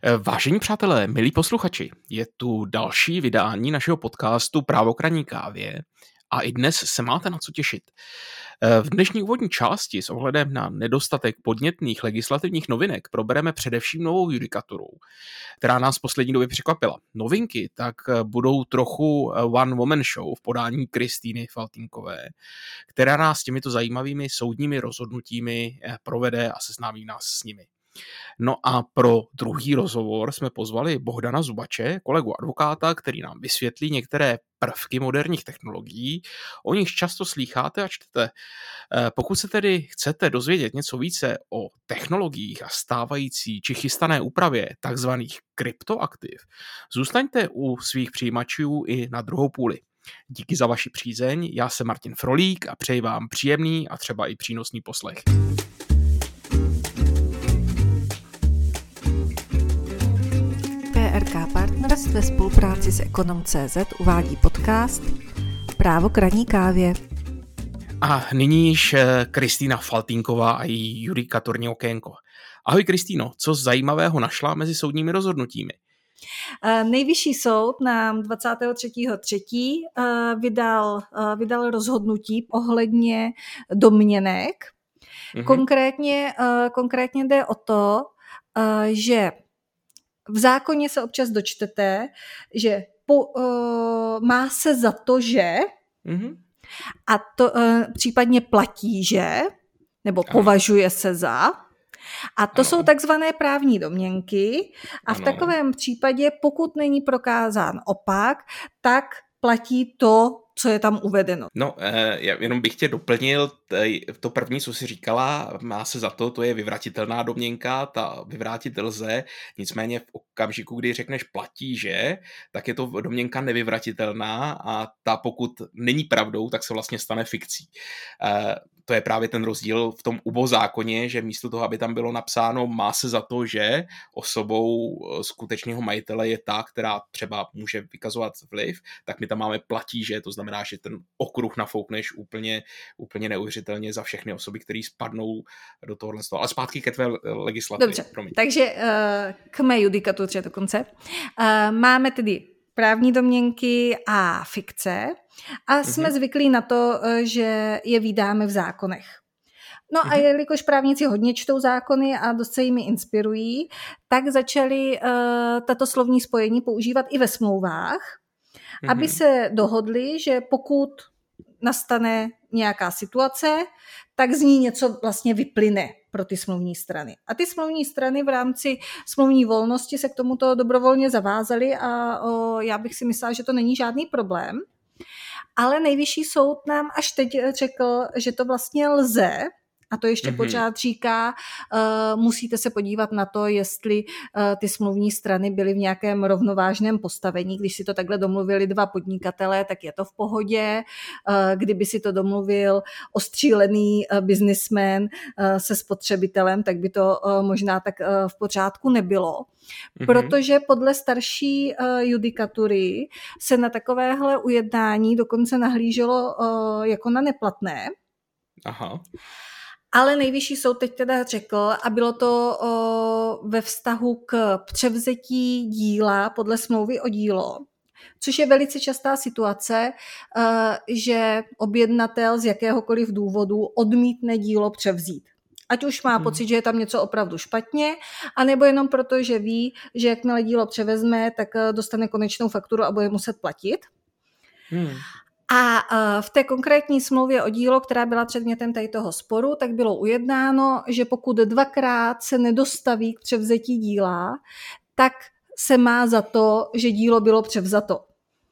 Vážení přátelé, milí posluchači, je tu další vydání našeho podcastu Právo k ranní kávě a i dnes se máte na co těšit. V dnešní úvodní části s ohledem na nedostatek podnětných legislativních novinek probereme především novou judikaturu, která nás v poslední době překvapila. Novinky tak budou trochu one woman show v podání Kristýny Faltýnkové, která nás těmito zajímavými soudními rozhodnutími provede a seznámí nás s nimi. No a pro druhý rozhovor jsme pozvali Bohdana Zubače, kolegu advokáta, který nám vysvětlí některé prvky moderních technologií, o nich často slýcháte a čtete. Pokud se tedy chcete dozvědět něco více o technologiích a stávající či chystané úpravě takzvaných kryptoaktiv, zůstaňte u svých přijímačů i na druhou půli. Díky za vaši přízeň, já jsem Martin Frolík a přeji vám příjemný a třeba i přínosný poslech. PRK Partners ve spolupráci s Ekonom.cz uvádí podcast Právo k ranní kávě. A nyní již Kristýna Faltýnková a její judikaturní okénko. Ahoj Kristýno, co zajímavého našla mezi soudními rozhodnutími? Nejvyšší soud nám 23.3. vydal rozhodnutí ohledně domněnek. Konkrétně jde o to, že v zákoně se občas dočtete, že má se za to, že a to případně platí, že nebo považuje se za. A to jsou takzvané právní domněnky a v takovém případě, pokud není prokázán opak, tak platí to, co je tam uvedeno. No, já jenom bych tě doplnil, to první, co jsi říkala, má se za to, to je vyvratitelná domněnka, ta vyvrátit lze, nicméně v okamžiku, kdy řekneš platí, že, tak je to domněnka nevyvratitelná a ta pokud není pravdou, tak se vlastně stane fikcí. To je právě ten rozdíl v tom ubozákoně, že místo toho, aby tam bylo napsáno má se za to, že osobou skutečného majitele je ta, která třeba může vykazovat vliv, tak my tam máme platí, že, to znamená, že ten okruh nafoukneš úplně neuvěřitelně za všechny osoby, které spadnou do tohohle. Ale zpátky ke tvé legislativě. Dobře, takže k mé judikatuře dokonce. Máme tedy právní domněnky a fikce a jsme zvyklí na to, že je vídáme v zákonech. No a jelikož právníci hodně čtou zákony a dost se jimi inspirují, tak začali tato slovní spojení používat i ve smlouvách, aby se dohodli, že pokud nastane nějaká situace, tak z ní něco vlastně vyplyne pro ty smluvní strany. A ty smluvní strany v rámci smluvní volnosti se k tomuto dobrovolně zavázaly a já bych si myslela, že to není žádný problém. Ale nejvyšší soud nám až teď řekl, že to vlastně lze, a to ještě pořád říká, musíte se podívat na to, jestli ty smluvní strany byly v nějakém rovnovážném postavení. Když si to takhle domluvili dva podnikatelé, tak je to v pohodě. Kdyby si to domluvil ostřílený businessman se spotřebitelem, tak by to možná tak v pořádku nebylo. Protože podle starší judikatury se na takovéhle ujednání dokonce nahlíželo jako na neplatné. Aha. Ale nejvyšší soud teď teda řekl, a bylo to ve vztahu k převzetí díla podle smlouvy o dílo, což je velice častá situace, že objednatel z jakéhokoliv důvodu odmítne dílo převzít. Ať už má pocit, že je tam něco opravdu špatně, anebo jenom proto, že ví, že jakmile dílo převezme, tak dostane konečnou fakturu a bude muset platit. A v té konkrétní smlouvě o dílo, která byla předmětem tady toho sporu, tak bylo ujednáno, že pokud dvakrát se nedostaví k převzetí díla, tak se má za to, že dílo bylo převzato.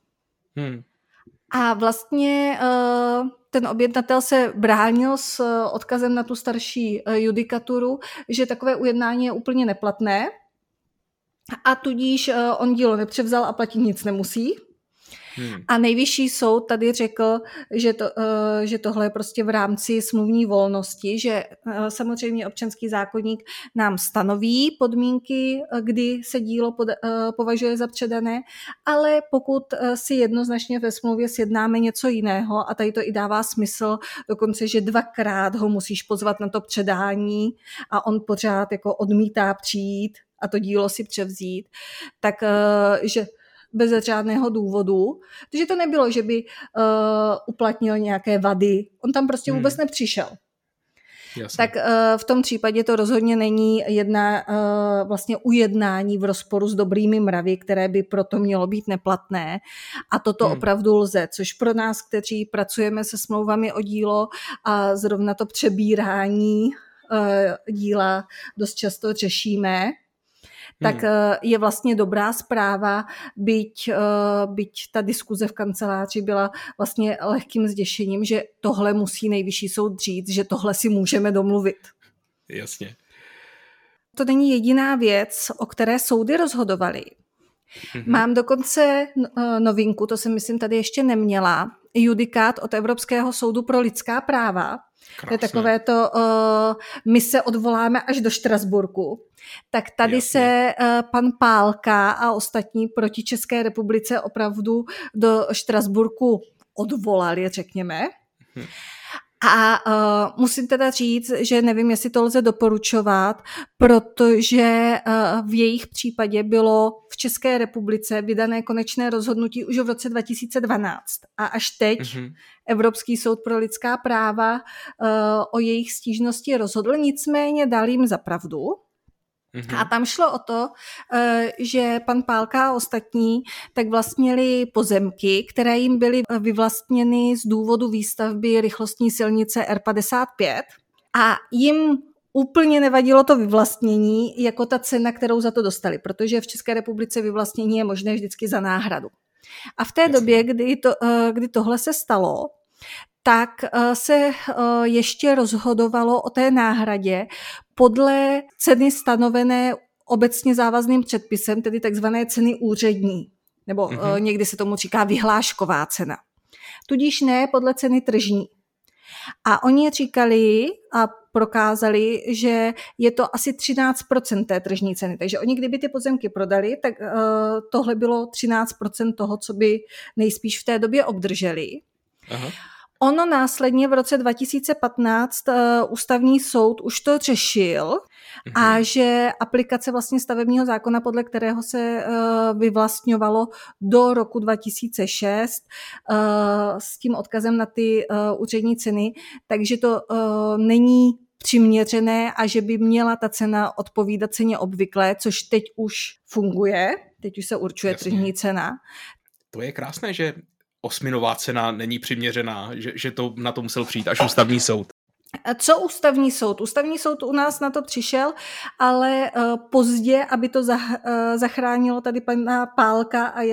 A vlastně ten objednatel se bránil s odkazem na tu starší judikaturu, že takové ujednání je úplně neplatné a tudíž on dílo nepřevzal a platit nic nemusí. A nejvyšší soud tady řekl, že tohle je prostě v rámci smluvní volnosti, že samozřejmě občanský zákoník nám stanoví podmínky, kdy se dílo považuje za předané, ale pokud si jednoznačně ve smlouvě sjednáme něco jiného, a tady to i dává smysl, dokonce, že 2krát ho musíš pozvat na to předání a on pořád jako odmítá přijít a to dílo si převzít, tak že bez žádného důvodu, protože to nebylo, že by uplatnil nějaké vady. On tam prostě vůbec nepřišel. Jasně. Tak v tom případě to rozhodně není vlastně ujednání v rozporu s dobrými mravy, které by proto mělo být neplatné. A toto opravdu lze, což pro nás, kteří pracujeme se smlouvami o dílo a zrovna to přebírání díla dost často řešíme, tak je vlastně dobrá zpráva, byť ta diskuze v kanceláři byla vlastně lehkým zděšením, že tohle musí nejvyšší soud říct, že tohle si můžeme domluvit. Jasně. To není jediná věc, o které soudy rozhodovaly. Mám dokonce novinku, to jsem myslím tady ještě neměla, judikát od Evropského soudu pro lidská práva. Krásné. To je takové to, my se odvoláme až do Štrasburku. Tak tady Jasně. se pan Pálka a ostatní proti České republice opravdu do Štrasburku odvolali, řekněme. A musím teda říct, že nevím, jestli to lze doporučovat, protože v jejich případě bylo v České republice vydané konečné rozhodnutí už v roce 2012. A až teď Evropský soud pro lidská práva o jejich stížnosti rozhodl, nicméně dal jim za pravdu. A tam šlo o to, že pan Pálka a ostatní tak vlastnili pozemky, které jim byly vyvlastněny z důvodu výstavby rychlostní silnice R55 a jim úplně nevadilo to vyvlastnění jako ta cena, kterou za to dostali, protože v České republice vyvlastnění je možné vždycky za náhradu. A v té době, kdy tohle se stalo, tak se ještě rozhodovalo o té náhradě podle ceny stanovené obecně závazným předpisem, tedy takzvané ceny úřední, nebo někdy se tomu říká vyhlášková cena. Tudíž ne podle ceny tržní. A oni říkali a prokázali, že je to asi 13% té tržní ceny. Takže oni, kdyby ty pozemky prodali, tak tohle bylo 13% toho, co by nejspíš v té době obdrželi. Aha. Ono následně v roce 2015 ústavní soud už to řešil a že aplikace vlastně stavebního zákona, podle kterého se vyvlastňovalo do roku 2006 s tím odkazem na ty úřední ceny, takže to není přiměřené a že by měla ta cena odpovídat ceně obvyklé, což teď už funguje, teď už se určuje tržní cena. To je krásné, že osminová cena není přiměřená, že to na to musel přijít až ústavní soud. Co ústavní soud? Ústavní soud u nás na to přišel, ale pozdě, aby to zachránilo tady pana Pálka a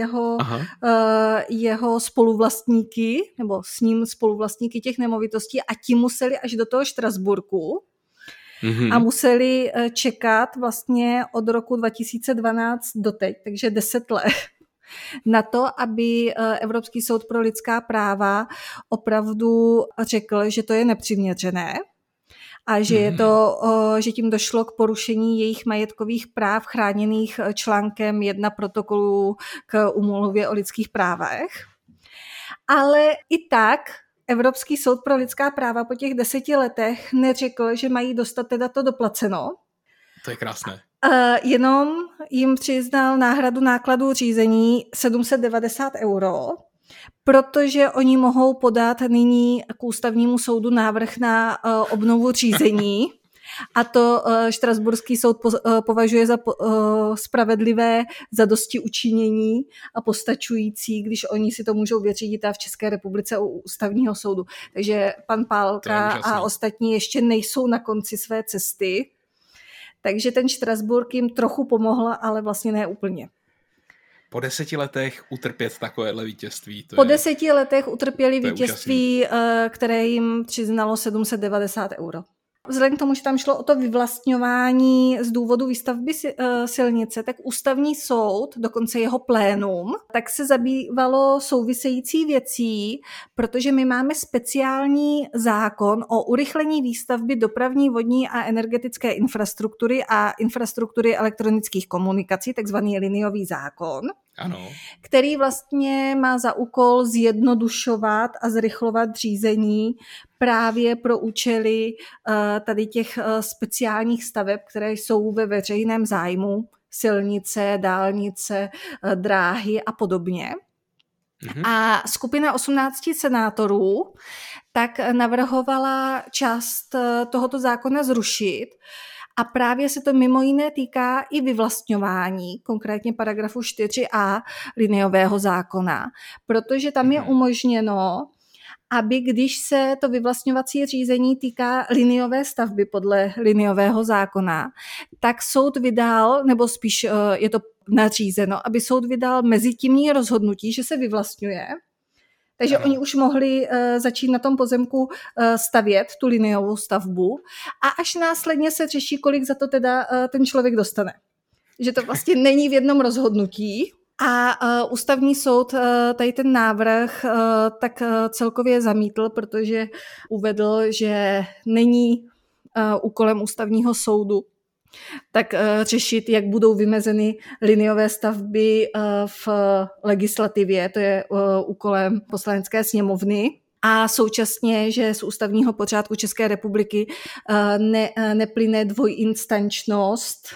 jeho spoluvlastníky, nebo s ním spoluvlastníky těch nemovitostí a ti museli až do toho Štrasburku a museli čekat vlastně od roku 2012 do teď, takže 10 let. Na to, aby Evropský soud pro lidská práva opravdu řekl, že to je nepřiměřené a že tím došlo k porušení jejich majetkových práv chráněných článkem 1 protokolu k úmluvě o lidských právech. Ale i tak Evropský soud pro lidská práva po těch 10 letech neřekl, že mají dostat teda to doplaceno. To je krásné. Jenom jim přiznal náhradu nákladů řízení 790 €, protože oni mohou podat nyní k ústavnímu soudu návrh na obnovu řízení a to Štrasburský soud považuje za spravedlivé zadostiučinění a postačující, když oni si to můžou vyřídit a v České republice u ústavního soudu. Takže pan Pálka a ostatní ještě nejsou na konci své cesty. Takže ten Štrasburk jim trochu pomohl, ale vlastně ne úplně. Po 10 letech utrpět takovéhle vítězství. Po 10 letech utrpěli vítězství, které jim přiznalo 790 €. Vzhledem k tomu, že tam šlo o to vyvlastňování z důvodu výstavby silnice, tak ústavní soud, dokonce jeho plénum, tak se zabývalo související věcí, protože my máme speciální zákon o urychlení výstavby dopravní, vodní a energetické infrastruktury a infrastruktury elektronických komunikací, takzvaný liniový zákon. Ano. Který vlastně má za úkol zjednodušovat a zrychlovat řízení právě pro účely tady těch speciálních staveb, které jsou ve veřejném zájmu, silnice, dálnice, dráhy a podobně. A skupina 18 senátorů tak navrhovala část tohoto zákona zrušit. A právě se to mimo jiné týká i vyvlastňování, konkrétně paragrafu 4a liniového zákona, protože tam je umožněno, aby když se to vyvlastňovací řízení týká liniové stavby podle liniového zákona, tak soud vydal, nebo spíš je to nařízeno, aby soud vydal mezitímní rozhodnutí, že se vyvlastňuje. Takže oni už mohli začít na tom pozemku stavět tu liniovou stavbu a až následně se řeší, kolik za to teda ten člověk dostane. Že to vlastně není v jednom rozhodnutí. A ústavní soud tady ten návrh tak celkově zamítl, protože uvedl, že není úkolem ústavního soudu tak řešit, jak budou vymezeny liniové stavby v legislativě, to je úkolem Poslanecké sněmovny. A současně, že z ústavního pořádku České republiky neplyne dvojinstančnost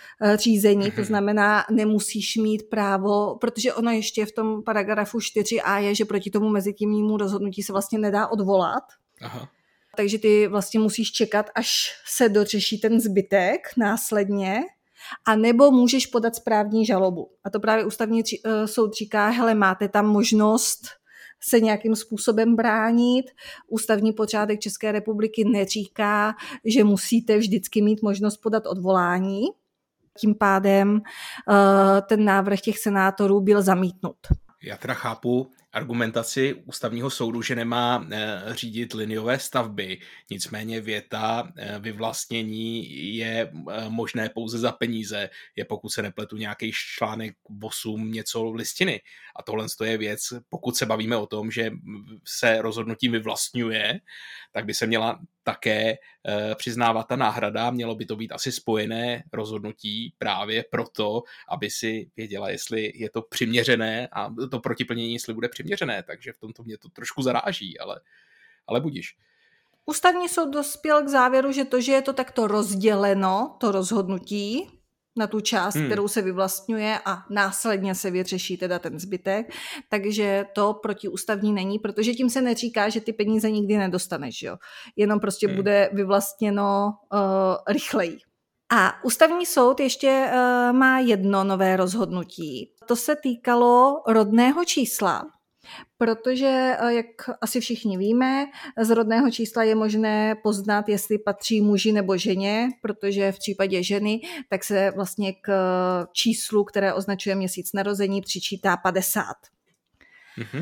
řízení, to znamená, nemusíš mít právo, protože ono ještě v tom paragrafu 4a je, že proti tomu mezitímnímu rozhodnutí se vlastně nedá odvolat. Aha. Takže ty vlastně musíš čekat, až se dořeší ten zbytek následně, a nebo můžeš podat správní žalobu. A to právě ústavní soud říká, hele, máte tam možnost se nějakým způsobem bránit. Ústavní pořádek České republiky neříká, že musíte vždycky mít možnost podat odvolání. Tím pádem ten návrh těch senátorů byl zamítnut. Já teda chápu argumentaci ústavního soudu, že nemá řídit liniové stavby, nicméně věta vyvlastnění je možné pouze za peníze, je, pokud se nepletu, nějaký článek 8 něco listiny. A tohle je věc, pokud se bavíme o tom, že se rozhodnutím vyvlastňuje, tak by se měla také přiznávat ta náhrada, mělo by to být asi spojené rozhodnutí právě proto, aby si věděla, jestli je to přiměřené a to protiplnění, jestli bude přiměřené, takže v tomto mě to trošku zaráží, ale budiš. Ústavní soud dospěl k závěru, že to, že je to takto rozděleno, to rozhodnutí na tu část, kterou se vyvlastňuje a následně se vyřeší teda ten zbytek, takže to protiústavní není, protože tím se neříká, že ty peníze nikdy nedostaneš, jo? Jenom prostě bude vyvlastněno rychleji. A ústavní soud ještě má jedno nové rozhodnutí. To se týkalo rodného čísla, protože, jak asi všichni víme, z rodného čísla je možné poznat, jestli patří muži nebo ženě, protože v případě ženy tak se vlastně k číslu, které označuje měsíc narození, přičítá 50. Mm-hmm.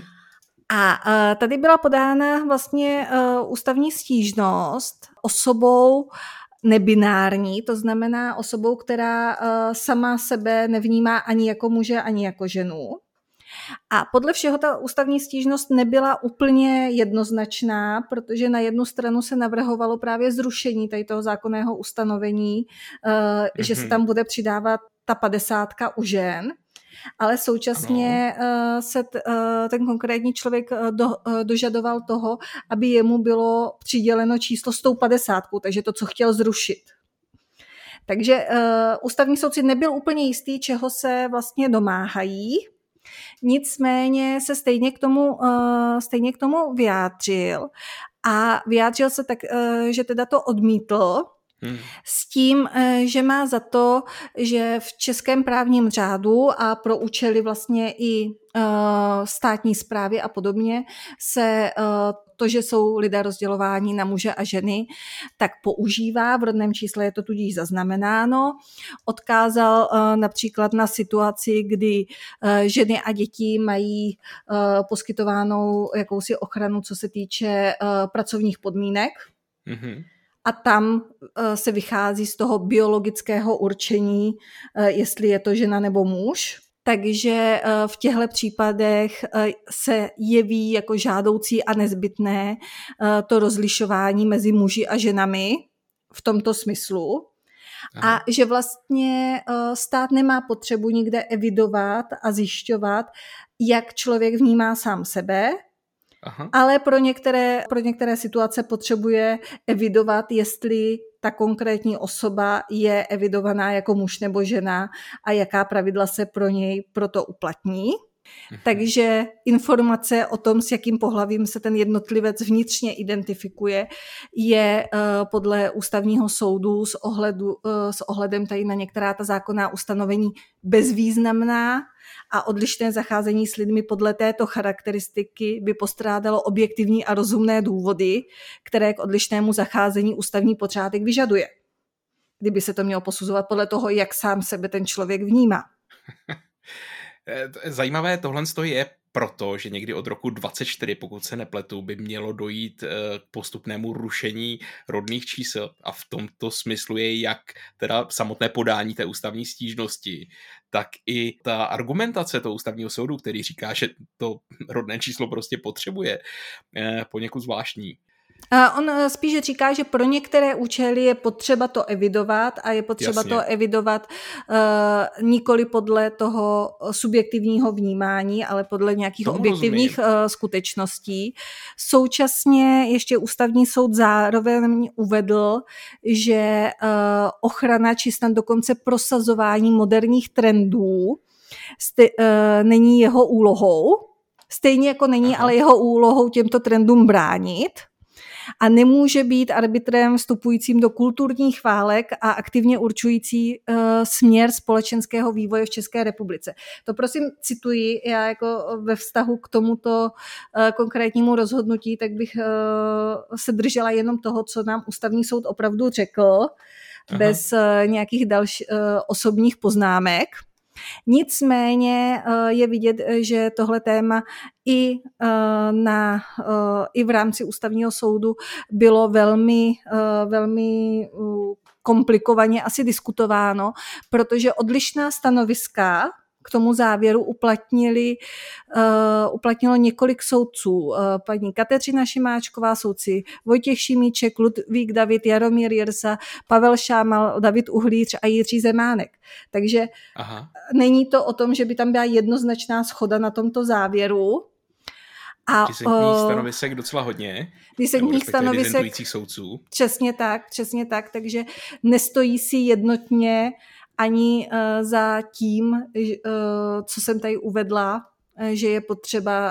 A tady byla podána vlastně ústavní stížnost osobou nebinární, to znamená osobou, která sama sebe nevnímá ani jako muže, ani jako ženu. A podle všeho ta ústavní stížnost nebyla úplně jednoznačná, protože na jednu stranu se navrhovalo právě zrušení tady toho zákonného ustanovení, že se tam bude přidávat ta 50 u žen, ale současně se ten konkrétní člověk dožadoval toho, aby jemu bylo přiděleno číslo s tou 50, takže to, co chtěl zrušit. Takže ústavní soud si nebyl úplně jistý, čeho se vlastně domáhají. Nicméně se stejně k tomu vyjádřil a vyjádřil se tak, že teda to odmítl s tím, že má za to, že v českém právním řádu a pro účely vlastně i státní správy a podobně se to, že jsou lidé rozdělováni na muže a ženy, tak používá. V rodném čísle je to tudíž zaznamenáno. Odkázal například na situaci, kdy ženy a děti mají poskytovanou jakousi ochranu, co se týče pracovních podmínek. Mm-hmm. a tam se vychází z toho biologického určení, jestli je to žena nebo muž. Takže v těchto případech se jeví jako žádoucí a nezbytné to rozlišování mezi muži a ženami v tomto smyslu. Aha. A že vlastně stát nemá potřebu nikde evidovat a zjišťovat, jak člověk vnímá sám sebe, aha, ale pro některé situace potřebuje evidovat, jestli ta konkrétní osoba je evidovaná jako muž nebo žena a jaká pravidla se pro něj proto uplatní. Takže informace o tom, s jakým pohlavím se ten jednotlivec vnitřně identifikuje, je podle ústavního soudu s ohledem tady na některá ta zákonná ustanovení bezvýznamná a odlišné zacházení s lidmi podle této charakteristiky by postrádalo objektivní a rozumné důvody, které k odlišnému zacházení ústavní pořádek vyžaduje. Kdyby se to mělo posuzovat podle toho, jak sám sebe ten člověk vnímá. Zajímavé tohle je proto, že někdy od roku 24, pokud se nepletu, by mělo dojít k postupnému rušení rodných čísel a v tomto smyslu je jak teda samotné podání té ústavní stížnosti, tak i ta argumentace toho ústavního soudu, který říká, že to rodné číslo prostě potřebuje, poněkud zvláštní. On spíš říká, že pro některé účely je potřeba to evidovat a je potřeba to evidovat nikoli podle toho subjektivního vnímání, ale podle nějakých objektivních skutečností. Současně ještě ústavní soud zároveň uvedl, že ochrana či snad dokonce prosazování moderních trendů není jeho úlohou, stejně jako není ale jeho úlohou těmto trendům bránit. A nemůže být arbitrem vstupujícím do kulturních válek a aktivně určující směr společenského vývoje v České republice. To prosím cituji, já jako ve vztahu k tomuto konkrétnímu rozhodnutí, tak bych se držela jenom toho, co nám ústavní soud opravdu řekl, bez nějakých dalších osobních poznámek. Nicméně je vidět, že tohle téma i v rámci ústavního soudu bylo velmi komplikovaně asi diskutováno, protože odlišná stanoviska k tomu závěru uplatnilo několik soudců. Paní Kateřina Šimáčková, soudci Vojtěch Šimíček, Ludvík David, Jaromír Jirsa, Pavel Šámal, David Uhlíř a Jiří Zemánek. Takže není to o tom, že by tam byla jednoznačná shoda na tomto závěru. A disentních stanovisek docela hodně. Disentujících soudců. Přesně tak, takže nestojí si jednotně ani za tím, co jsem tady uvedla, že je potřeba,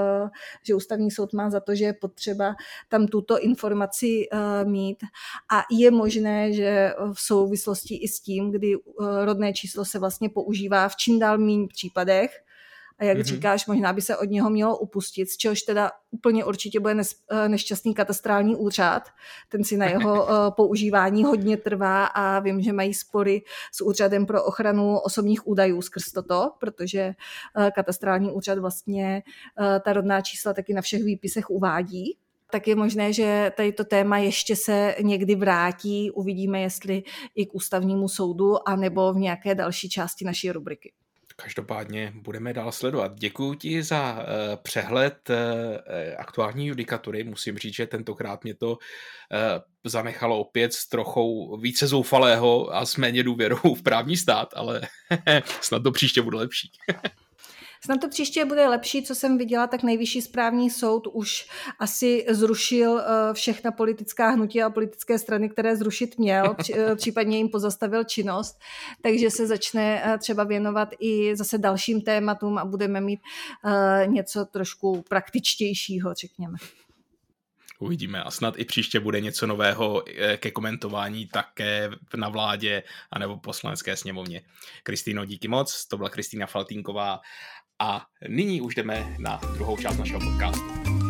že ústavní soud má za to, že je potřeba tam tuto informaci mít. A je možné, že v souvislosti i s tím, kdy rodné číslo se vlastně používá v čím dál méně případech, a jak říkáš, možná by se od něho mělo upustit, z čehož teda úplně určitě bude nešťastný katastrální úřad. Ten si na jeho používání hodně trvá a vím, že mají spory s úřadem pro ochranu osobních údajů skrz toto, protože katastrální úřad vlastně ta rodná čísla taky na všech výpisech uvádí. Tak je možné, že tady to téma ještě se někdy vrátí. Uvidíme, jestli i k ústavnímu soudu, anebo v nějaké další části naší rubriky. Každopádně budeme dál sledovat. Děkuji ti za přehled aktuální judikatury. Musím říct, že tentokrát mě to zanechalo opět s trochou více zoufalého a s méně důvěrou v právní stát, ale snad to příště bude lepší. Snad to příště bude lepší, co jsem viděla, tak Nejvyšší správní soud už asi zrušil všechna politická hnutí a politické strany, které zrušit měl, případně jim pozastavil činnost, takže se začne třeba věnovat i zase dalším tématům a budeme mít něco trošku praktičtějšího, řekněme. Uvidíme a snad i příště bude něco nového ke komentování také na vládě anebo poslanecké sněmovně. Kristýno, díky moc, to byla Kristýna Faltýnková a nyní už jdeme na druhou část našeho podcastu.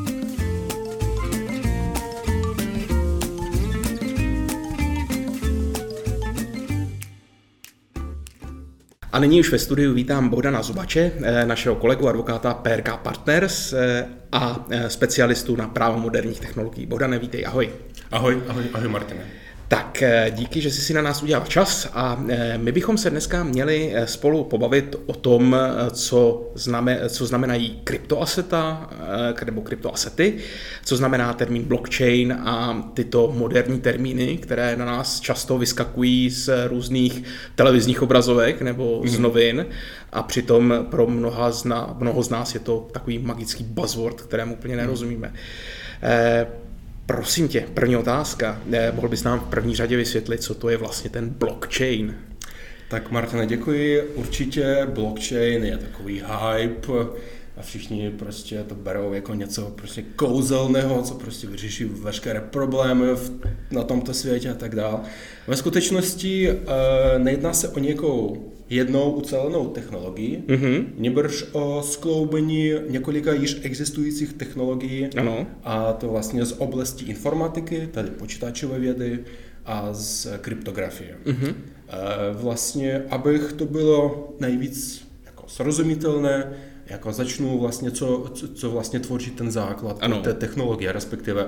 A nyní už ve studiu vítám Bohdana Zubače, našeho kolegu advokáta PRK Partners a specialistu na právo moderních technologií. Bohdane, vítej, ahoj. Ahoj Martine. Tak díky, že jsi si na nás udělal čas a my bychom se dneska měli spolu pobavit o tom, co znamenají kryptoaseta nebo kryptoasety, co znamená termín blockchain a tyto moderní termíny, které na nás často vyskakují z různých televizních obrazovek nebo z novin a přitom pro mnoho z nás je to takový magický buzzword, kterému úplně nerozumíme. Prosím tě, první otázka. Mohl bys nám v první řadě vysvětlit, co to je vlastně ten blockchain? Tak Martine, děkuji. Určitě blockchain je takový hype a všichni prostě to berou jako něco prostě kouzelného, co prostě vyřeší veškeré problémy na tomto světě a tak dále. Ve skutečnosti nejedná se o nějakou jednou ucelenou technologii, nýbrž o skloubení několika již existujících technologií, ano. A to vlastně z oblasti informatiky, tedy počítačové vědy a z kryptografie. Vlastně, abych to bylo nejvíc jako srozumitelné, jako začnu vlastně, co vlastně tvoří ten základ té technologie, respektive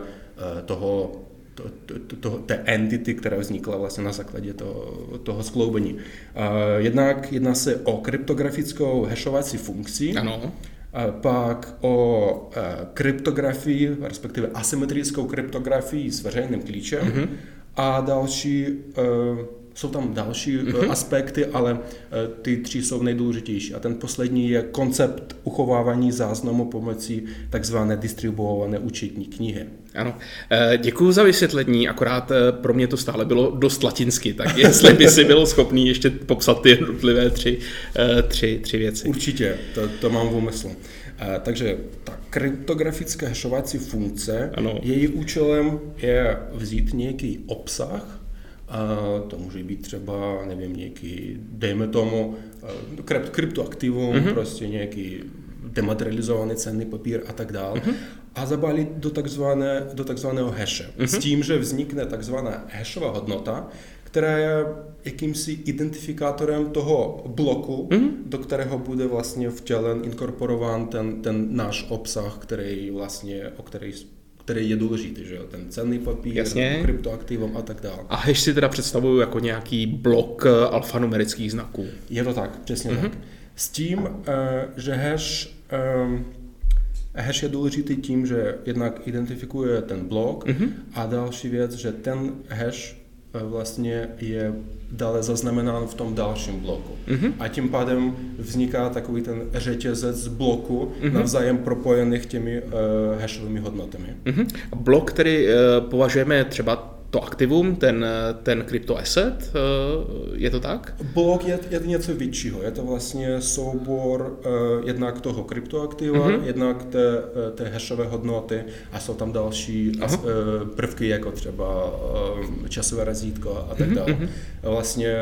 té entity, která vznikla vlastně na základě toho skloubení. Jednak jedná se o kryptografickou hashovací funkci, ano. Pak o kryptografii, respektive asymetrickou kryptografii s veřejným klíčem a další, jsou tam další aspekty, ale ty tři jsou nejdůležitější. A ten poslední je koncept uchovávání záznamu pomocí takzvané distribuované účetní knihy. Ano, děkuji za vysvětlení, akorát pro mě to stále bylo dost latinsky, tak jestli by si byl schopný ještě popsat ty jednotlivé tři věci. Určitě, to mám v úmyslu. Takže ta kryptografická hashovací funkce, její účelem je vzít nějaký obsah, to může být třeba, nevím, nějaký, dejme tomu, kryptoaktivum, prostě nějaký dematerializovaný cenný papír a tak dále, a zabalit do takzvaného hashe. S tím, že vznikne takzvaná hashová hodnota, která je jakýmsi identifikátorem toho bloku, do kterého bude vlastně vtělen, inkorporován ten náš obsah, který je důležitý, že jo? Ten cenný papír, kryptoaktivum a tak dále. A hash si teda představuju jako nějaký blok alfanumerických znaků. Je to tak, přesně tak. S tím, že hash je důležitý tím, že jednak identifikuje ten blok a další věc, že ten hash vlastně je dále zaznamenán v tom dalším bloku. A tím pádem vzniká takový ten řetězec bloků navzájem propojených těmi hashovými hodnotami. Blok, který považujeme třeba to aktivum, ten kryptoasset, je to tak? Blok je něco většího, je to vlastně soubor jednak toho kryptoaktiva, jednak té hashové hodnoty a jsou tam další prvky, jako třeba časové razítko a tak dále. Vlastně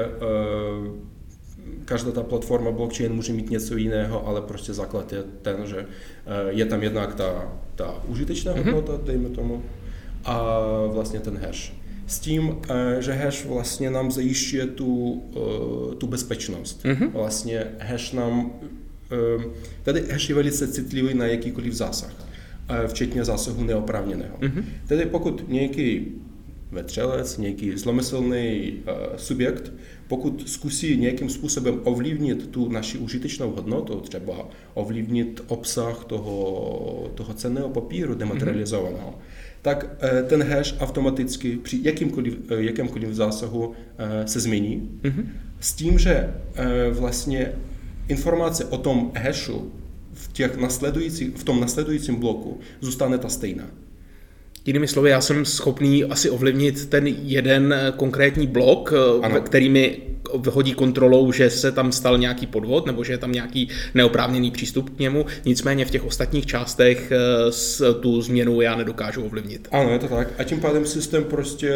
každá ta platforma blockchain může mít něco jiného, ale prostě základ je ten, že je tam jednak ta užitečná hodnota, dejme tomu, a vlastně ten hash. S tím, že hash vlastně nám zajišťuje tu bezpečnost. Vlastně hash tady hash je velice citlivý na jakýkoliv zásah, včetně zásahu neoprávněného. Tedy pokud nějaký vetřelec, nějaký zlomyslný subjekt, pokud zkusí nějakým způsobem ovlivnit tu naši užitečnou hodnotu, třeba ovlivnit obsah toho cenného papíru dematerializovaného, tak ten hash automaticky při jakémkoliv zásahu se změní. S tím, že vlastně informace o tom hashu v tom nasledujícím bloku zůstane ta stejná. Jinými slovy, já jsem schopný asi ovlivnit ten jeden konkrétní blok, který mi vyhodí kontrolou, že se tam stal nějaký podvod nebo že je tam nějaký neoprávněný přístup k němu, nicméně v těch ostatních částech tu změnu já nedokážu ovlivnit. Ano, je to tak. A tím pádem systém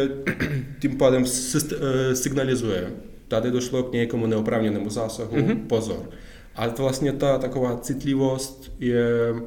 signalizuje. Tady došlo k nějakému neoprávněnému zásahu, pozor. A to vlastně ta taková citlivost je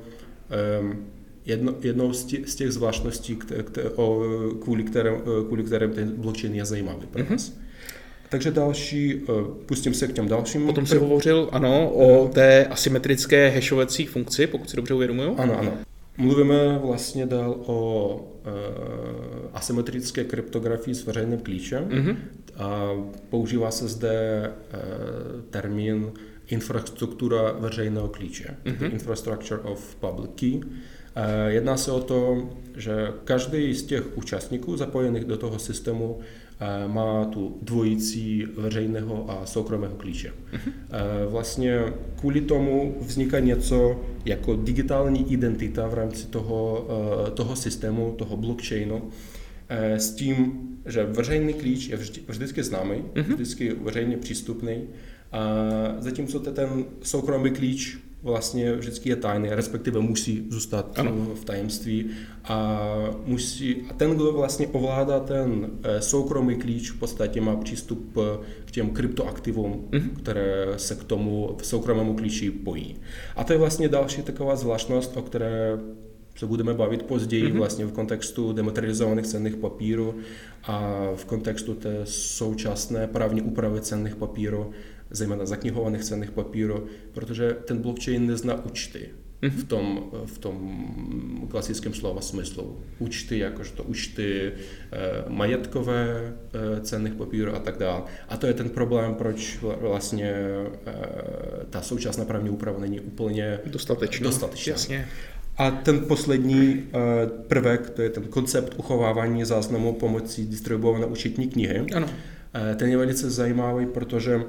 jednou z těch zvláštností, kvůli kterým ten blockchain je zajímavý pro nás. Takže další, pustím se k těm dalším. Potom jsi hovořil, o té asymetrické hashovací funkci, pokud si dobře uvědomuju. Ano. Mluvíme vlastně dál o asymetrické kryptografii s veřejným klíčem. A používá se zde termín infrastruktura veřejného klíče, infrastructure of public key. Jedná se o to, že každý z těch účastníků zapojených do toho systému má tu dvojici veřejného a soukromého klíče. Vlastně kvůli tomu vzniká něco jako digitální identita v rámci toho systému, toho blockchainu, s tím, že veřejný klíč je vždycky známý, vždycky veřejně přístupný, a zatímco ten soukromý klíč vlastně vždycky je tajný, respektive musí zůstat v tajemství a ten, kdo vlastně ovládá ten soukromý klíč, v podstatě má přístup k těm kryptoaktivům, které se k tomu soukromému klíči pojí. A to je vlastně další taková zvláštnost, o které se budeme bavit později vlastně v kontextu dematerializovaných cenných papírů a v kontextu té současné právní úpravy cenných papírů, zejména zaknihovaných cenných papírů, protože ten blockchain nezná účty v tom klasickém slova smyslu. Účty jakožto účty majetkové cenných papírů a tak dále. A to je ten problém, proč vlastně ta současná právní úprava není úplně dostatečná. Jasně. A ten poslední prvek, to je ten koncept uchovávání záznamu pomocí distribuované účetní knihy. Ano. Ten je velice zajímavý, protože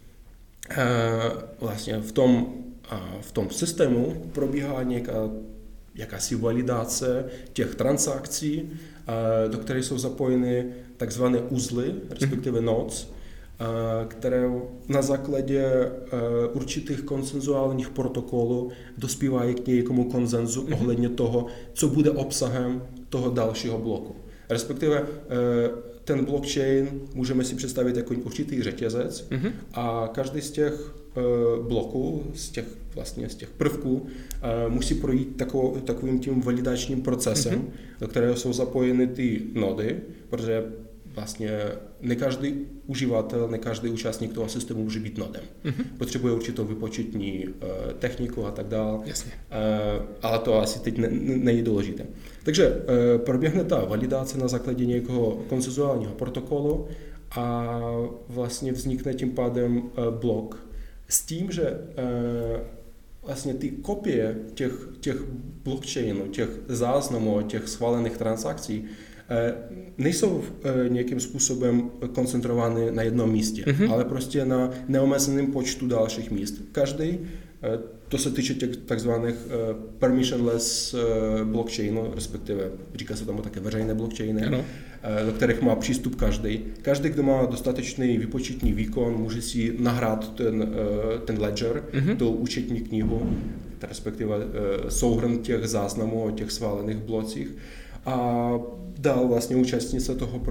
vlastně v tom systému probíhá jakási validace těch transakcí, do kterých jsou zapojeny takzvané uzly, respektive nodes, které na základě určitých konsenzuálních protokolů dospívají k nějakému konsenzu ohledně toho, co bude obsahem toho dalšího bloku. Respektive ten blockchain můžeme si představit jako určitý řetězec a každý z těch bloků, z těch prvků musí projít takovým tím validačním procesem, do kterého jsou zapojeny ty nody, protože vlastně ne každý uživatel, ne každý účastník toho systému může být nodem. Potřebuje určitou vypočetní techniku a tak dále, ale to asi teď není důležité. Takže proběhne ta validace na základě nějakého konsenzuálního protokolu a vlastně vznikne tím pádem blok s tím, že vlastně ty kopie těch blockchainů, těch záznamů, těch schválených transakcí nejsou nějakým způsobem koncentrovány na jednom místě, ale prostě na neomezeném počtu dalších míst. Každý, to se týče těch takzvaných permissionless blockchainů, respektive říká se tomu také veřejné blockchainy, do kterých má přístup každý. Každý, kdo má dostatečný výpočetní výkon, může si nahrát ten ledger, tu účetní knihu, respektive souhrn těch záznamů o těch schválených blocích a dál vlastně účastnit se toho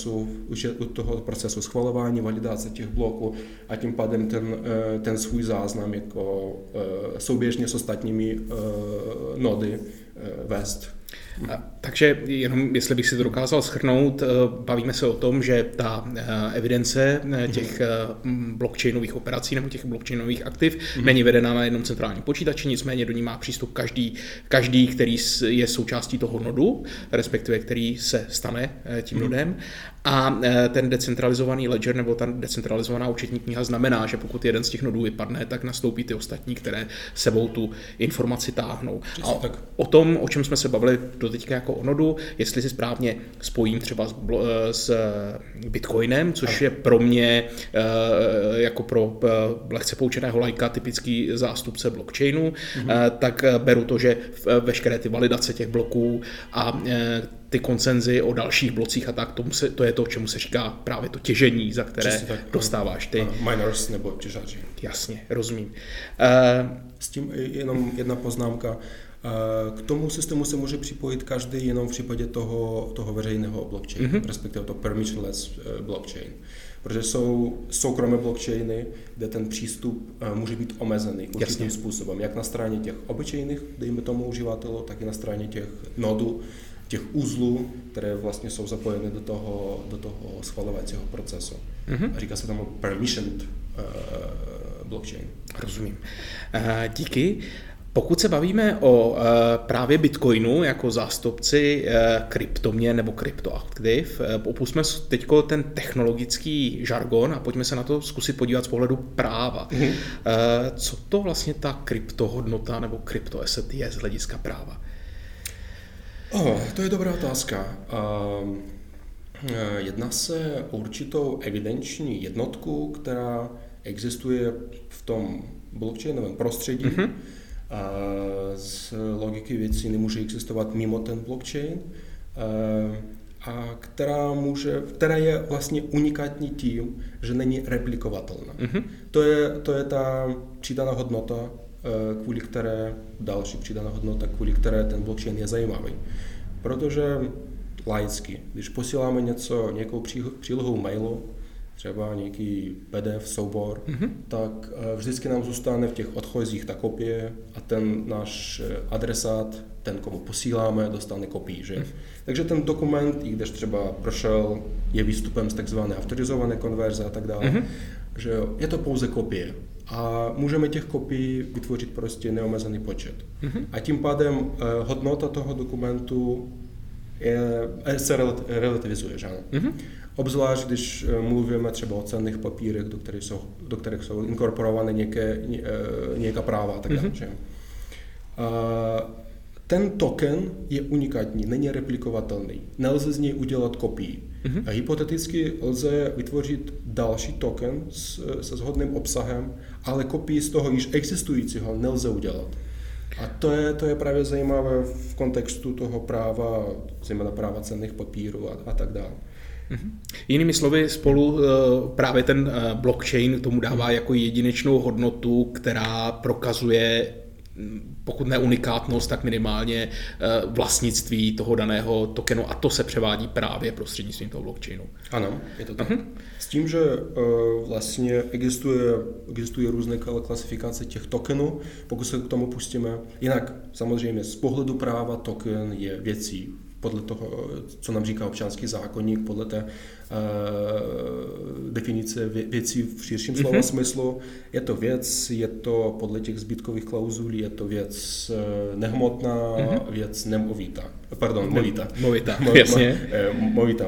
procesu schvalování, validace těch bloků a tím pádem ten svůj záznam jako souběžně s ostatními nody vést. Takže jenom, jestli bych si to dokázal shrnout, bavíme se o tom, že ta evidence těch blockchainových operací nebo těch blockchainových aktiv není vedena na jednom centrálním počítači, nicméně do ní má přístup každý, který je součástí toho nodu, respektive který se stane tím nodem. A ten decentralizovaný ledger nebo ta decentralizovaná účetní kniha znamená, že pokud jeden z těch nodů vypadne, tak nastoupí ty ostatní, které sebou tu informaci táhnou. A o tom, o čem jsme se bavili doteďka jako o nodu, jestli si správně spojím třeba s Bitcoinem, což je pro mě jako pro lehce poučeného laika typický zástupce blockchainu, tak beru to, že veškeré ty validace těch bloků a ty konsenzy o dalších blocích a tak, to je to, čemu se říká právě to těžení, za které dostáváš ty. Miners nebo těžaři. Jasně, rozumím. S tím jenom jedna poznámka. K tomu systému se může připojit každý jenom v případě toho veřejného blockchainu, respektive to permissionless blockchain. Protože jsou soukromé blockchainy, kde ten přístup může být omezený určitým způsobem, jak na straně těch obyčejných, dejme tomu uživatelů, tak i na straně těch nodů, těch uzlů, které vlastně jsou zapojeny do toho schvalovacího procesu. A říká se tomu permissioned blockchain. Rozumím. Díky. Pokud se bavíme o právě Bitcoinu jako zástupci kryptoměn nebo kryptoaktiv, opusťme teď ten technologický žargon a pojďme se na to zkusit podívat z pohledu práva. Co to vlastně ta kryptohodnota nebo kryptoasset je z hlediska práva? To je dobrá otázka. Jedná se o určitou evidenční jednotku, která existuje v tom blockchainovém prostředí. Z logiky věcí nemůže existovat mimo ten blockchain, a která je vlastně unikátní tím, že není replikovatelná. To je ta přidaná hodnota, další přidaná hodnota, kvůli které ten blockchain je zajímavý. Protože laicky, když posíláme nějakou přílohou mailu, třeba nějaký PDF soubor, tak vždycky nám zůstane v těch odchozích ta kopie a ten náš adresát, ten, komu posíláme, dostane kopii. Že? Takže ten dokument, i když třeba prošel, je výstupem z takzvané autorizované konverze a tak dále, že je to pouze kopie. A můžeme těch kopií vytvořit prostě neomezený počet. A tím pádem hodnota toho dokumentu se relativizuje. Že? Obzvlášť, když mluvíme třeba o cenných papírech, do kterých jsou inkorporované nějaká práva a tak dále. Ten token je unikátní, není replikovatelný, nelze z něj udělat kopii. A hypoteticky lze vytvořit další token se shodným obsahem, ale kopii z toho již existujícího nelze udělat. A to je právě zajímavé v kontextu toho práva, zejména práva cenných papírů a tak dále. Jinými slovy, spolu právě ten blockchain tomu dává jako jedinečnou hodnotu, která prokazuje, pokud ne unikátnost, tak minimálně vlastnictví toho daného tokenu a to se převádí právě prostřednictvím toho blockchainu. Ano, je to tak. S tím, že vlastně existuje různé klasifikace těch tokenů, pokud se k tomu pustíme. Jinak samozřejmě z pohledu práva token je věcí podle toho, co nám říká občanský zákoník, podle té definice věcí v širším slova smyslu. Je to věc, je to podle těch zbytkových klauzulí, je to věc nehmotná, věc nemovitá. Pardon, movitá. Jasně. Movitá.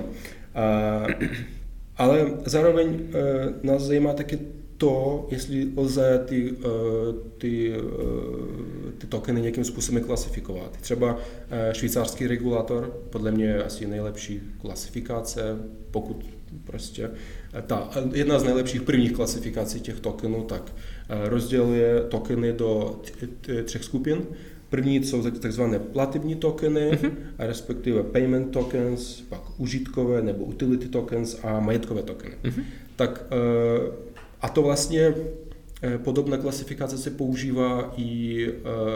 Ale zároveň nás zajímá taky to, jestli lze ty tokeny nějakým způsobem klasifikovat. Třeba švýcarský regulátor, podle mě asi nejlepší klasifikace, pokud prostě jedna z nejlepších prvních klasifikací těch tokenů, tak rozděluje tokeny do 3 skupin. První jsou takzvané platební tokeny, a respektive payment tokens, pak užitkové nebo utility tokens a majetkové tokeny. Tak a to vlastně podobná klasifikace se používá i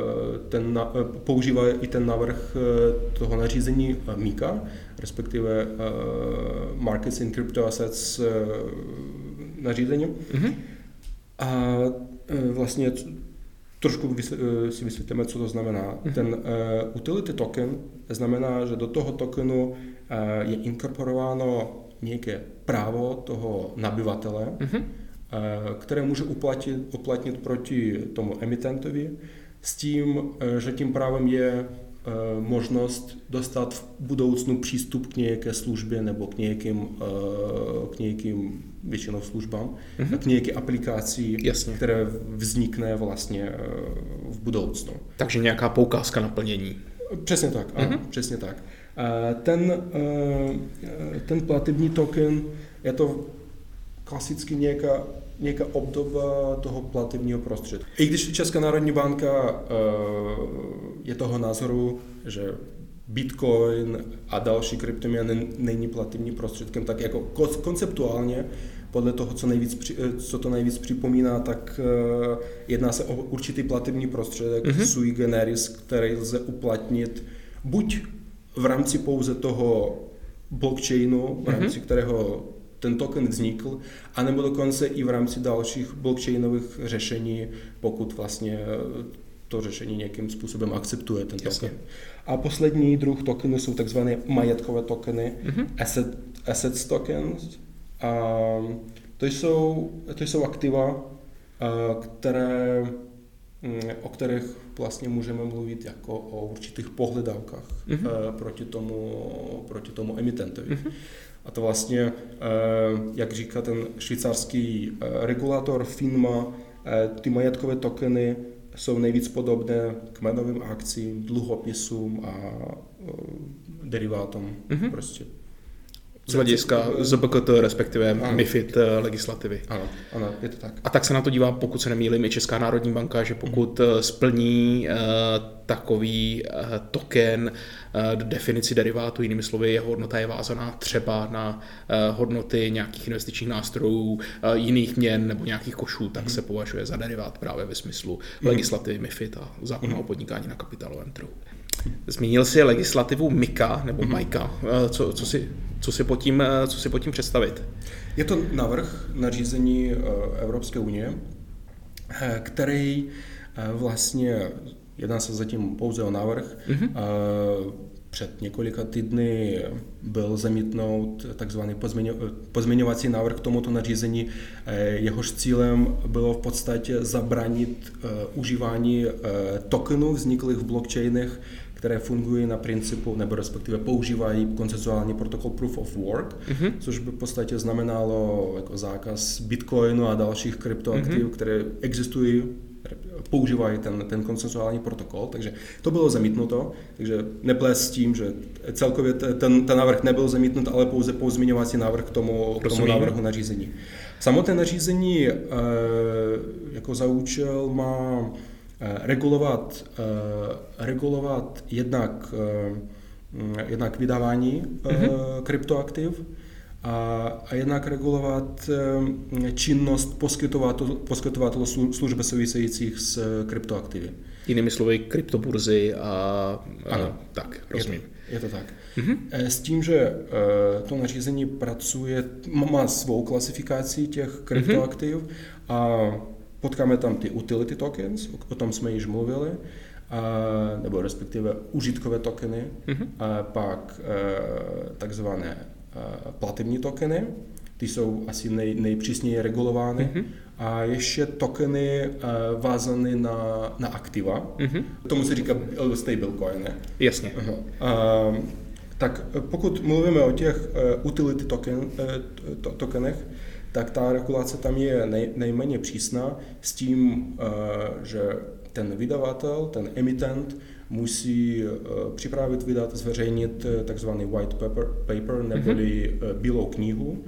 ten návrh toho nařízení MiCA, respektive Markets in Crypto Assets nařízení. A vlastně trošku si vysvětlíme, co to znamená. Ten utility token znamená, že do toho tokenu je inkorporováno nějaké právo toho nabyvatele, které může uplatnit proti tomu emitentovi s tím, že tím právem je možnost dostat v budoucnu přístup k nějaké službě nebo k nějakým většinou službám, k nějaké aplikaci, které vznikne vlastně v budoucnu. Takže nějaká poukázka na plnění. Přesně tak, ano, přesně tak. Ten platební token je to klasicky nějaká obdoba toho platebního prostředku. I když Česká národní banka je toho názoru, že Bitcoin a další kryptoměny není platebním prostředkem, tak jako konceptuálně podle toho, co to nejvíc připomíná, tak jedná se o určitý platební prostředek sui generis, který lze uplatnit buď v rámci pouze toho blockchainu, v rámci kterého ten token vznikl, anebo dokonce i v rámci dalších blockchainových řešení, pokud vlastně to řešení nějakým způsobem akceptuje ten token. A poslední druh tokenů jsou takzvané majetkové tokeny, assets tokens. To jsou aktiva, které o kterých vlastně můžeme mluvit jako o určitých pohledávkách proti tomu emitentovi. A to vlastně, jak říká ten švýcarský regulátor FINMA, ty majetkové tokeny jsou nejvíc podobné kmenovým akcím, dluhopisům a derivátům. Prostě. Z hlediska ZBKT, respektive MiFID legislativy. Ano, je to tak. A tak se na to dívá, pokud se nemýlím, i Česká národní banka, že pokud splní takový token definici derivátu, jinými slovy, jeho hodnota je vázaná třeba na hodnoty nějakých investičních nástrojů, jiných měn nebo nějakých košů, tak se považuje za derivát právě ve smyslu legislativy MiFID a zákona o podnikání na kapitálovém trhu. Zmínil jsi legislativu MiCA nebo MiCA. Co si pod tím představit? Je to návrh nařízení Evropské unie, který vlastně, jedná se zatím pouze o návrh, před několika týdny byl zamítnout takzvaný pozměňovací návrh k tomuto nařízení. Jehož cílem bylo v podstatě zabránit užívání tokenů vzniklých v blockchainech, které fungují na principu, nebo respektive používají konsenzuální protokol Proof of Work, což by v podstatě znamenalo jako zákaz bitcoinu a dalších kryptoaktiv, které existují, používají ten konsenzuální protokol, takže to bylo zamítnuto, takže neplést s tím, že celkově ten návrh nebyl zamítnut, ale pouze pozměňovací návrh k tomu návrhu nařízení. Samotné nařízení jako za účel má regulovat jednak vydávání kryptoaktiv a jednak regulovat činnost poskytovatelů služeb souvisejících s kryptoaktivy. Jinými slovy kryptoburzy a tak, rozumím. Je to tak. S tím, že to nařízení má svou klasifikaci těch kryptoaktiv a potkáme tam ty utility tokens, o tom jsme již mluvili, nebo respektive užitkové tokeny, a pak takzvané platební tokeny, ty jsou asi nejpřísněji regulovány, a ještě tokeny vázané na aktiva, tomu se říká stablecoiny. Jasně. Tak pokud mluvíme o těch utility tokenech, tak ta regulace tam je nejméně přísná s tím, že ten vydavatel, ten emitent musí připravit, vydat, zveřejnit takzvaný white paper neboli bílou knihu,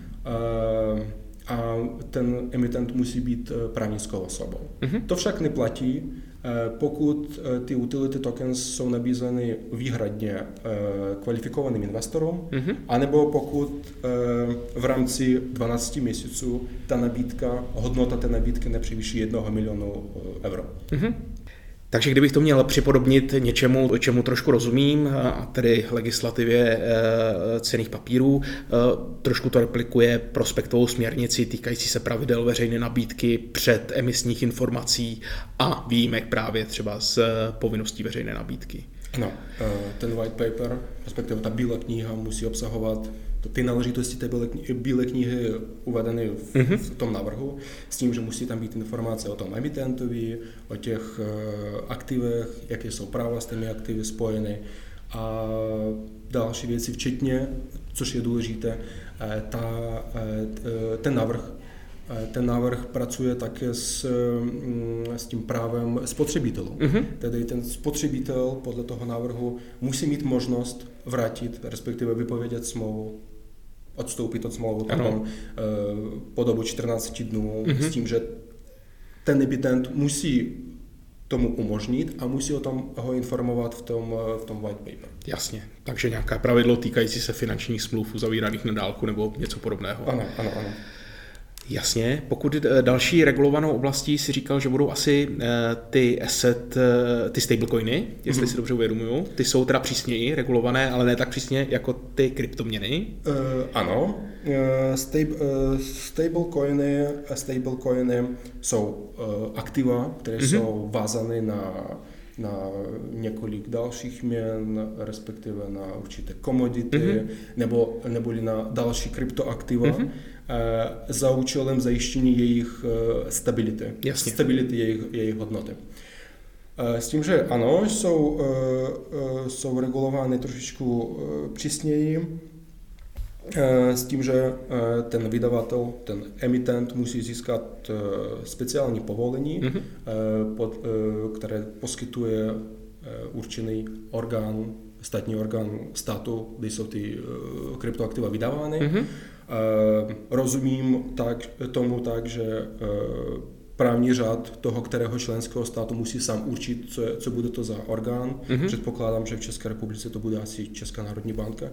a ten emitent musí být právnickou osobou. To však neplatí, pokud ty utility tokens jsou nabízeny výhradně kvalifikovaným investorům, anebo pokud v rámci 12 měsíců hodnota té nabídky nepřevýší 1 milionu euro. Takže kdybych to měl připodobnit něčemu, čemu trošku rozumím, a tedy legislativě cenných papírů, trošku to replikuje prospektovou směrnici týkající se pravidel veřejné nabídky před emisních informací a výjimek právě třeba z povinností veřejné nabídky. No, ten white paper, respektive ta bílá kniha musí obsahovat ty náležitosti té bílé knihy uvedeny v tom návrhu, s tím, že musí tam být informace o tom emitentovi, o těch aktivech, jaké jsou práva s těmi aktivy spojeny a další věci, včetně, což je důležité, ten návrh pracuje také s tím právem spotřebitelů. Tedy ten spotřebitel podle toho návrhu musí mít možnost vrátit, respektive vypovědět smlouvu, odstoupit od smlouvy po dobu 14 dnů, s tím, že ten emitent musí tomu umožnit a musí ho informovat v tom white paper. Jasně, takže nějaké pravidlo týkající se finančních smluv uzavíraných na dálku nebo něco podobného. Ano. Jasně, pokud další regulovanou oblastí si říkal, že budou asi ty stablecoiny, jestli si dobře uvědomuju. Ty jsou teda přísněji regulované, ale ne tak přísně jako ty kryptoměny. Ano, stablecoiny jsou aktiva, které jsou vázány na několik dalších měn, respektive na určité komodity, neboli na další kryptoaktiva, za účelem zajištění jejich stability, jejich hodnoty. S tím, že ano, jsou regulovány trošičku přísněji, s tím, že ten vydavatel, ten emitent musí získat speciální povolení, které poskytuje určený orgán, státní orgán státu, kde jsou ty kryptoaktiva vydávány. Rozumím tomu tak, že právní řád toho, kterého členského státu musí sám určit, co bude to za orgán. Předpokládám, že v České republice to bude asi Česká národní banka.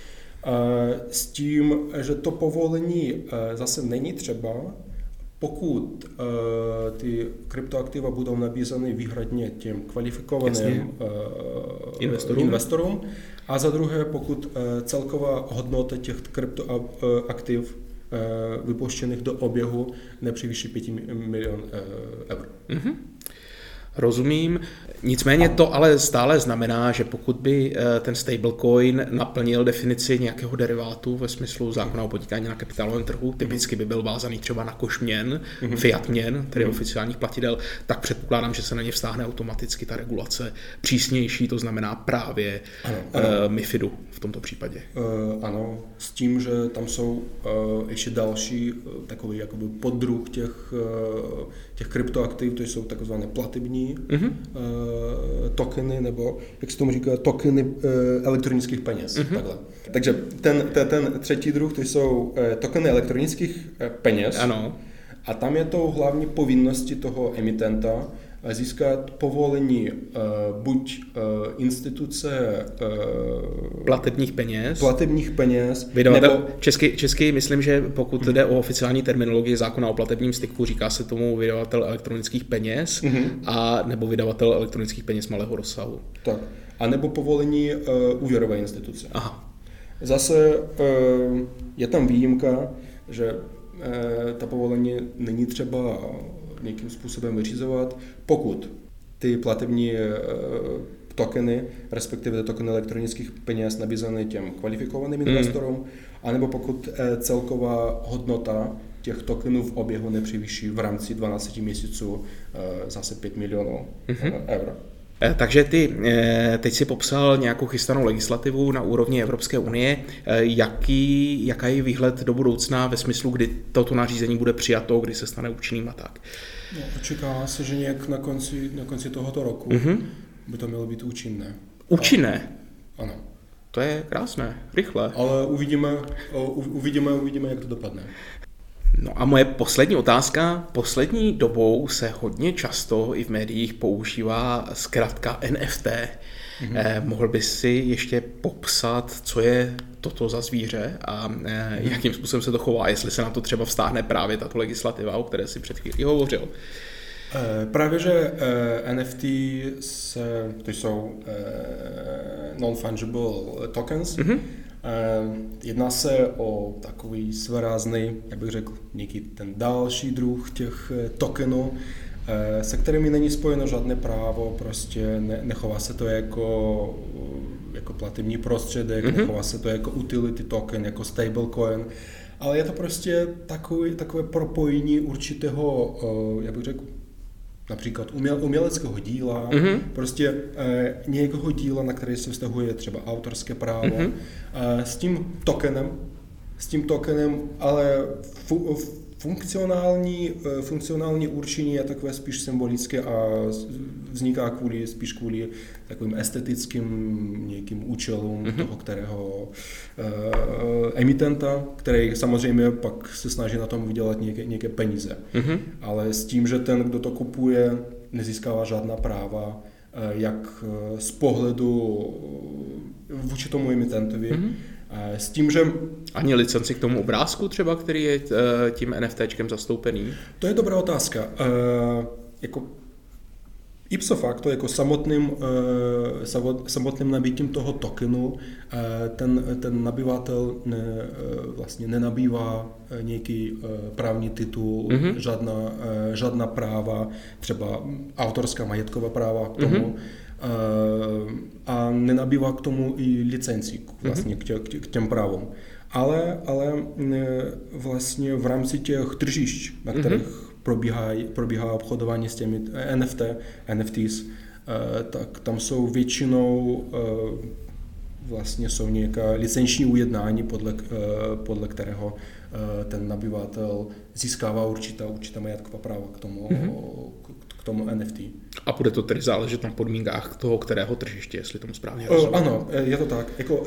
S tím, že to povolení zase není třeba, pokud ty kryptoaktiva budou nabízeny výhradně těm kvalifikovaným investorům, a za druhé, pokud celková hodnota těch kryptoaktiv vypuštěných do oběhu nepřevýší 5 milionů eur. Rozumím. Nicméně to ale stále znamená, že pokud by ten stablecoin naplnil definici nějakého derivátu ve smyslu zákona o podnikání na kapitálovém trhu, typicky by byl vázaný třeba na koš měn, fiat měn, tedy oficiálních platidel, tak předpokládám, že se na ně vztáhne automaticky ta regulace přísnější, to znamená právě MiFIDu v tomto případě. Ano, s tím, že tam jsou ještě další takový jakoby poddruh těch kryptoaktiv, to jsou takzvané platební tokeny, nebo jak se tomu říká, tokeny elektronických peněz. Takhle. Takže ten třetí druh, to jsou tokeny elektronických peněz. Ano. A tam je to hlavní povinnosti toho emitenta získat povolení buď instituce platebních peněz vydavatel, česky myslím, že pokud jde o oficiální terminologii zákona o platebním styku, říká se tomu vydavatel elektronických peněz a nebo vydavatel elektronických peněz malého rozsahu. Tak. A nebo povolení úvěrové instituce. Aha. Zase je tam výjimka, že ta povolení není třeba nějakým způsobem vyřizovat, pokud ty platební tokeny, respektive tokeny elektronických peněz nabízené těm kvalifikovaným investorům, anebo pokud celková hodnota těch tokenů v oběhu nepřevýší v rámci 12 měsíců zase 5 milionů eur. Takže ty teď si popsal nějakou chystanou legislativu na úrovni Evropské unie. Jaká je výhled do budoucna ve smyslu, kdy toto nařízení bude přijato, kdy se stane účinným a tak? No, očekává se, že nějak na konci tohoto roku by to mělo být účinné. Účinné? Ano. To je krásné, rychle. Ale uvidíme, jak to dopadne. No a moje poslední otázka. Poslední dobou se hodně často i v médiích používá zkratka NFT. Mohl bys si ještě popsat, co je toto za zvíře a jakým způsobem se to chová, jestli se na to třeba vztáhne právě tato legislativa, o které si před chvílí hovořil? Právě, že NFT to jsou non-fungible tokens. Jedná se o takový svérázný, jak bych řekl, nějaký ten další druh těch tokenů, se kterými není spojeno žádné právo, prostě nechová se to jako platební prostředek, nechová se to jako utility token, jako stablecoin, ale je to prostě takové propojení určitého, jak bych řekl, například uměleckého díla, prostě nějakého díla, na který se vztahuje třeba autorské právo, s tím tokenem, ale funkcionální určení je takové spíš symbolické a vzniká spíš kvůli takovým estetickým nějakým účelům toho kterého emitenta, který samozřejmě pak se snaží na tom vydělat nějaké peníze. Ale s tím, že ten, kdo to kupuje, nezískává žádná práva, jak z pohledu vůči tomu emitentovi, s tím, že... Ani licenci k tomu obrázku třeba, který je tím NFTčkem zastoupený? To je dobrá otázka. ipso facto, jako samotným nabitím toho tokenu, ten nabyvatel vlastně nenabývá nějaký právní titul, žádná práva, třeba autorská majetková práva k tomu, a nenabývá k tomu i licenci vlastně k těm právům. Ale vlastně v rámci těch tržišť, na kterých probíhá obchodování s těmi NFTs, tak tam jsou většinou vlastně jsou nějaká licenční ujednání, podle kterého ten nabyvatel získává určitá majetková práva k tomu NFT. A bude to tedy záležet na podmínkách toho, kterého tržiště, jestli tomu správně rozumím. Ano, je to tak. Jako,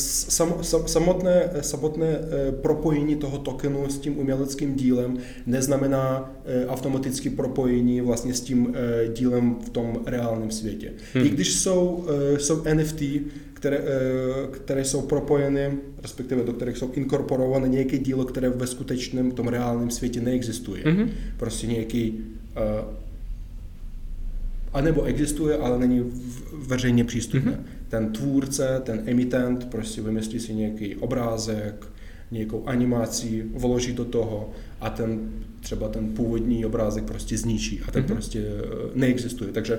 samotné propojení toho tokenu s tím uměleckým dílem neznamená automaticky propojení vlastně s tím dílem v tom reálném světě. I když jsou NFT, které jsou propojeny, respektive do kterých jsou inkorporované nějaké dílo, které ve skutečném tom reálném světě neexistuje. Prostě nějaký a nebo existuje, ale není veřejně přístupné. Ten tvůrce, ten emitent prostě vymyslí si nějaký obrázek, nějakou animaci, vloží do toho a třeba ten původní obrázek prostě zničí a ten prostě neexistuje. Takže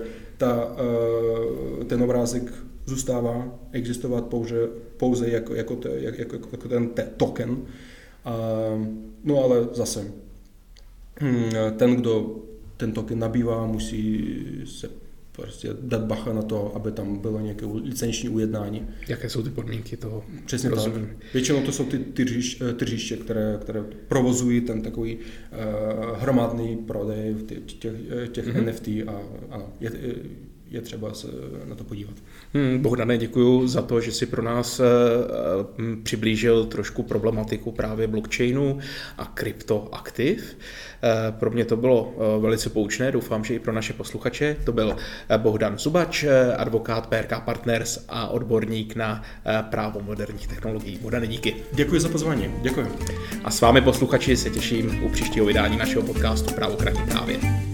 ten obrázek zůstává existovat pouze jako ten token. No ale zase ten, kdo ten token nabývá, musí se prostě dát bacha na to, aby tam bylo nějaké licenční ujednání. Jaké jsou ty podmínky toho? Přesně tak. Většinou to jsou ty tržiště, které provozují ten takový hromadný prodej těch NFT a ano, je třeba se na to podívat. Bohdane, děkuji za to, že jsi pro nás přiblížil trošku problematiku právě blockchainu a kryptoaktiv. Pro mě to bylo velice poučné, doufám, že i pro naše posluchače. To byl Bohdan Zubač, advokát PRK Partners a odborník na právo moderních technologií. Bohdane, díky. Děkuji za pozvání. Děkuji. A s vámi posluchači se těším u příštího vydání našeho podcastu Právo k kávě.